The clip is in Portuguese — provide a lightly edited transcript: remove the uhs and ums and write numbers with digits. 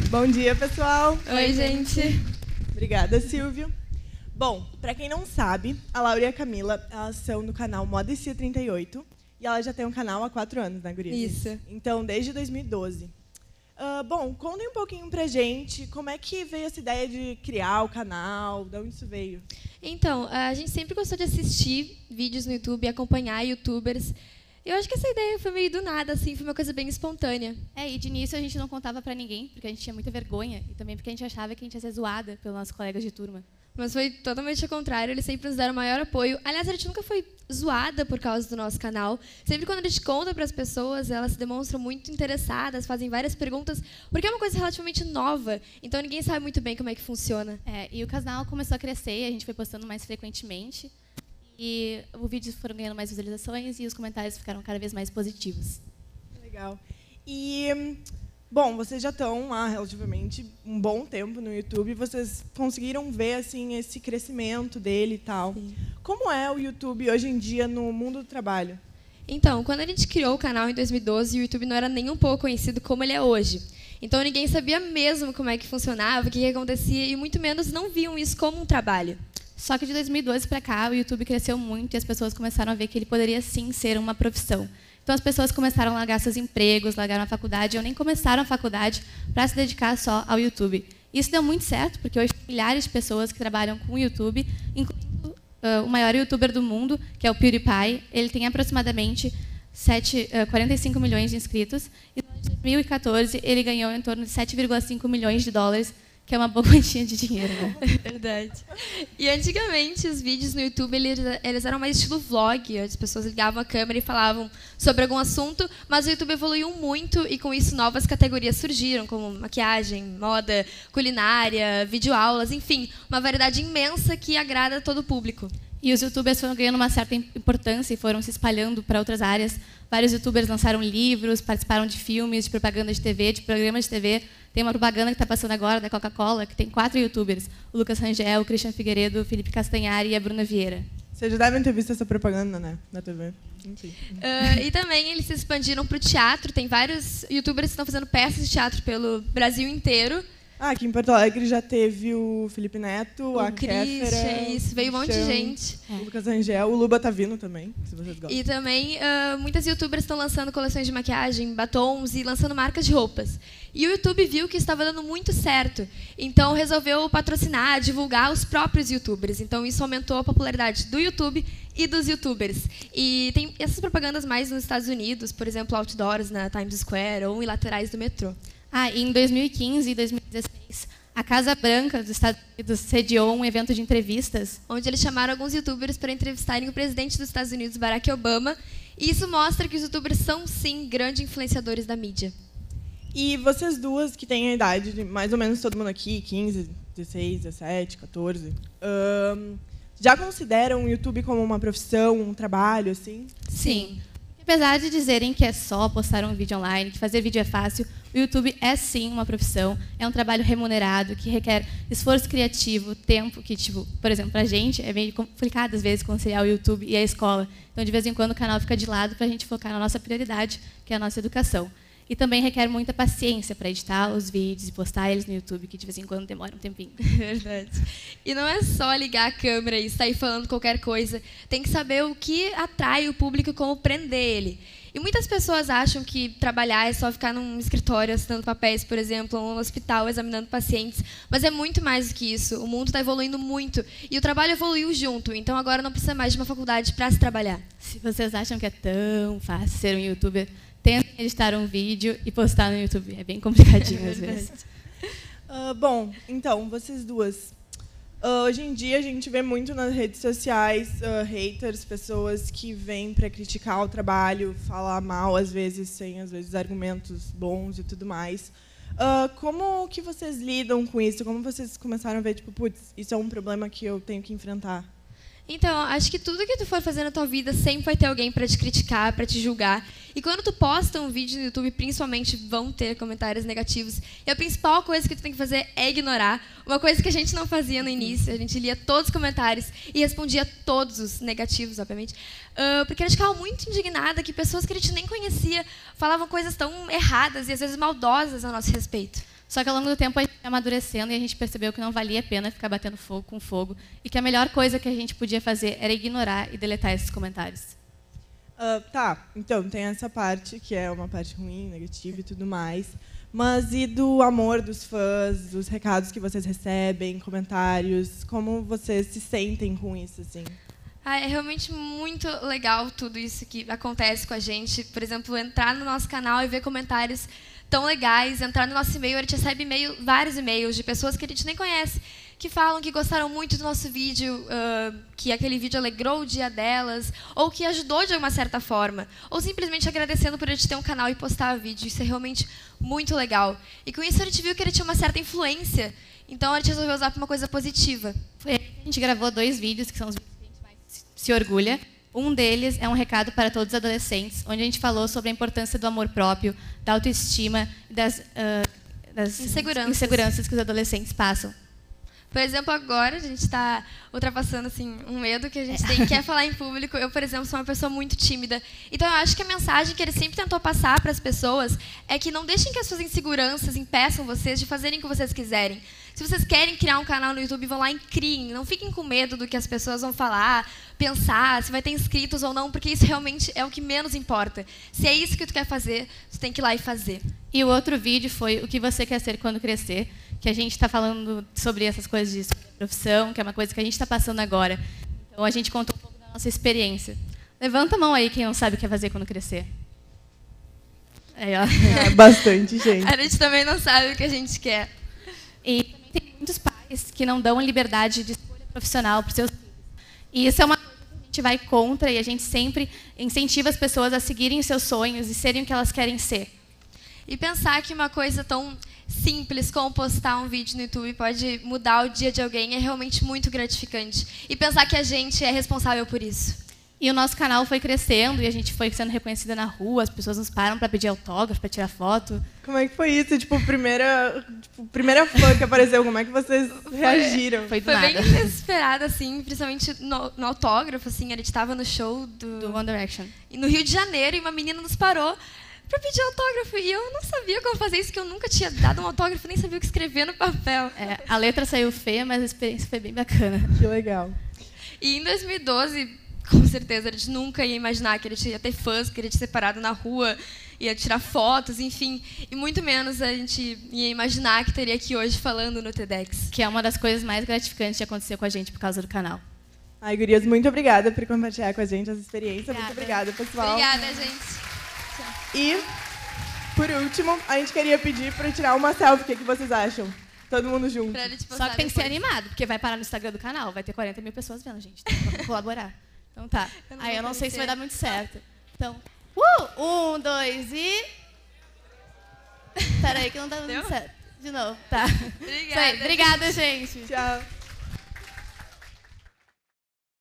Bom dia, pessoal. Oi, gente. Obrigada, Silvio. Bom, para quem não sabe, a Laura e a Camila, elas são do canal Modestia 38 e ela já tem um canal há 4 anos, né, guria? Isso. Então, desde 2012. Bom, contem um pouquinho pra gente como é que veio essa ideia de criar o canal, de onde isso veio? Então, a gente sempre gostou de assistir vídeos no YouTube, acompanhar youtubers. Eu acho que essa ideia foi meio do nada, assim, foi uma coisa bem espontânea. E de início a gente não contava pra ninguém, porque a gente tinha muita vergonha e também porque a gente achava que a gente ia ser zoada pelos nossos colegas de turma. Mas foi totalmente ao contrário, eles sempre nos deram maior apoio. Aliás, a gente nunca foi zoada por causa do nosso canal. Sempre quando a gente conta para as pessoas, elas se demonstram muito interessadas, fazem várias perguntas, porque é uma coisa relativamente nova, então ninguém sabe muito bem como é que funciona. E o canal começou a crescer, a gente foi postando mais frequentemente, e os vídeos foram ganhando mais visualizações e os comentários ficaram cada vez mais positivos. Legal. E... Bom, vocês já estão há relativamente um bom tempo no YouTube, vocês conseguiram ver assim esse crescimento dele e tal. Sim. Como é o YouTube hoje em dia no mundo do trabalho? Então, quando a gente criou o canal em 2012, o YouTube não era nem um pouco conhecido como ele é hoje. Então, ninguém sabia mesmo como é que funcionava, o que acontecia, e muito menos não viam isso como um trabalho. Só que de 2012 para cá, o YouTube cresceu muito e as pessoas começaram a ver que ele poderia sim ser uma profissão. Então, as pessoas começaram a largar seus empregos, largaram a faculdade, ou nem começaram a faculdade para se dedicar só ao YouTube. Isso deu muito certo, porque hoje tem milhares de pessoas que trabalham com o YouTube, incluindo o maior youtuber do mundo, que é o PewDiePie. Ele tem aproximadamente 45 milhões de inscritos. E em 2014, ele ganhou em torno de 7,5 milhões de dólares, que é uma boa quantia de dinheiro, né? Verdade. E antigamente os vídeos no YouTube eles eram mais estilo vlog, as pessoas ligavam a câmera e falavam sobre algum assunto, mas o YouTube evoluiu muito e com isso novas categorias surgiram, como maquiagem, moda, culinária, videoaulas, enfim, uma variedade imensa que agrada a todo o público. E os youtubers foram ganhando uma certa importância e foram se espalhando para outras áreas. Vários youtubers lançaram livros, participaram de filmes, de propaganda de TV, de programas de TV. Tem uma propaganda que está passando agora da Coca-Cola, que tem 4 youtubers. O Lucas Rangel, o Christian Figueiredo, o Felipe Castanhari e a Bruna Vieira. Vocês já devem ter visto essa propaganda, né? Na TV. Enfim. E também eles se expandiram para o teatro. Tem vários youtubers que estão fazendo peças de teatro pelo Brasil inteiro. Aqui em Porto Alegre já teve o Felipe Neto, a Christian, isso, veio um monte de gente. O Lucas Rangel, o Luba tá vindo também, se vocês gostam. E também muitas youtubers estão lançando coleções de maquiagem, batons e lançando marcas de roupas. E o YouTube viu que estava dando muito certo, então resolveu patrocinar, divulgar os próprios youtubers. Então isso aumentou a popularidade do YouTube e dos youtubers. E tem essas propagandas mais nos Estados Unidos, por exemplo, outdoors na Times Square ou em laterais do metrô. E em 2015 e 2016, a Casa Branca dos Estados Unidos sediou um evento de entrevistas, onde eles chamaram alguns youtubers para entrevistarem o presidente dos Estados Unidos, Barack Obama. E isso mostra que os youtubers são, sim, grandes influenciadores da mídia. E vocês duas, que têm a idade de mais ou menos todo mundo aqui, 15, 16, 17, 14, já consideram o YouTube como uma profissão, um trabalho, assim? Sim. Apesar de dizerem que é só postar um vídeo online, que fazer vídeo é fácil, o YouTube é sim uma profissão, é um trabalho remunerado, que requer esforço criativo, tempo, que, tipo, por exemplo, pra gente é bem complicado às vezes conciliar o YouTube e a escola. Então, de vez em quando, o canal fica de lado para a gente focar na nossa prioridade, que é a nossa educação. E também requer muita paciência para editar os vídeos e postar eles no YouTube, que de vez em quando demora um tempinho. Verdade. E não é só ligar a câmera e sair falando qualquer coisa. Tem que saber o que atrai o público e como prender ele. E muitas pessoas acham que trabalhar é só ficar num escritório assinando papéis, por exemplo, ou no hospital examinando pacientes. Mas é muito mais do que isso. O mundo está evoluindo muito. E o trabalho evoluiu junto. Então agora não precisa mais de uma faculdade para se trabalhar. Se vocês acham que é tão fácil ser um youtuber, tentem editar um vídeo e postar no YouTube. É bem complicadinho às vezes. Bom, então, vocês duas. Hoje em dia, a gente vê muito nas redes sociais haters, pessoas que vêm para criticar o trabalho, falar mal, às vezes, sem argumentos bons e tudo mais. Como que vocês lidam com isso? Como vocês começaram a ver, tipo, putz, isso é um problema que eu tenho que enfrentar? Então, acho que tudo que tu for fazer na tua vida sempre vai ter alguém para te criticar, para te julgar. E quando tu posta um vídeo no YouTube, principalmente, vão ter comentários negativos. E a principal coisa que tu tem que fazer é ignorar. Uma coisa que a gente não fazia no início. A gente lia todos os comentários e respondia todos os negativos, obviamente. Porque a gente ficava muito indignada que pessoas que a gente nem conhecia falavam coisas tão erradas e, às vezes, maldosas a nosso respeito. Só que ao longo do tempo a gente foi amadurecendo e a gente percebeu que não valia a pena ficar batendo fogo com fogo e que a melhor coisa que a gente podia fazer era ignorar e deletar esses comentários. Tá, então tem essa parte que é uma parte ruim, negativa e tudo mais. Mas e do amor dos fãs, dos recados que vocês recebem, comentários? Como vocês se sentem com isso, assim? É realmente muito legal tudo isso que acontece com a gente. Por exemplo, entrar no nosso canal e ver comentários tão legais, entrar no nosso e-mail, a gente recebe vários e-mails de pessoas que a gente nem conhece, que falam que gostaram muito do nosso vídeo, que aquele vídeo alegrou o dia delas, ou que ajudou de alguma certa forma, ou simplesmente agradecendo por a gente ter um canal e postar vídeo. Isso é realmente muito legal. E com isso a gente viu que ele tinha uma certa influência, então a gente resolveu usar para uma coisa positiva. Foi aí que a gente gravou 2 vídeos, que são os vídeos que a gente mais se orgulha. Um deles é um recado para todos os adolescentes, onde a gente falou sobre a importância do amor próprio, da autoestima e das inseguranças que os adolescentes passam. Por exemplo, agora a gente está ultrapassando assim, um medo que a gente tem, que é falar em público. Eu, por exemplo, sou uma pessoa muito tímida. Então, eu acho que a mensagem que ele sempre tentou passar para as pessoas é que não deixem que as suas inseguranças impeçam vocês de fazerem o que vocês quiserem. Se vocês querem criar um canal no YouTube, vão lá e criem. Não fiquem com medo do que as pessoas vão falar, pensar, se vai ter inscritos ou não, porque isso realmente é o que menos importa. Se é isso que tu quer fazer, tu tem que ir lá e fazer. E o outro vídeo foi o que você quer ser quando crescer, que a gente está falando sobre essas coisas de profissão, que é uma coisa que a gente está passando agora. Então, a gente contou um pouco da nossa experiência. Levanta a mão aí quem não sabe o que é fazer quando crescer. Aí, ó. É bastante, gente. A gente também não sabe o que a gente quer. E também tem muitos pais que não dão liberdade de escolha profissional para os seus filhos. E isso é uma coisa que a gente vai contra e a gente sempre incentiva as pessoas a seguirem os seus sonhos e serem o que elas querem ser. E pensar que uma coisa tão simples como postar um vídeo no YouTube pode mudar o dia de alguém é realmente muito gratificante. E pensar que a gente é responsável por isso. E o nosso canal foi crescendo e a gente foi sendo reconhecida na rua, as pessoas nos param para pedir autógrafo, para tirar foto. Como é que foi isso? Primeira fã que apareceu, como é que vocês reagiram? Foi bem inesperado, assim, principalmente no autógrafo, assim, a gente estava no show do One Direction. E no Rio de Janeiro, e uma menina nos parou para pedir autógrafo. E eu não sabia como fazer isso, que eu nunca tinha dado um autógrafo, nem sabia o que escrever no papel. A letra saiu feia, mas a experiência foi bem bacana. Que legal. E em 2012... com certeza, a gente nunca ia imaginar que a gente ia ter fãs, que a gente ia ser parado na rua, ia tirar fotos, enfim. E muito menos a gente ia imaginar que estaria aqui hoje falando no TEDx. Que é uma das coisas mais gratificantes de acontecer com a gente por causa do canal. Ai, gurias, muito obrigada por compartilhar com a gente essa experiência. Obrigada. Muito obrigada, pessoal. Obrigada, gente. E, por último, a gente queria pedir para tirar uma selfie. O que vocês acham? Todo mundo junto. Só que tem que ser animado, porque vai parar no Instagram do canal. Vai ter 40 mil pessoas vendo, gente. Vamos colaborar. Então tá. Aí eu não sei se vai dar muito certo. Então, 1, 2 e... Peraí que não tá dando certo. De novo, tá. Obrigada. Obrigada, gente. Tchau.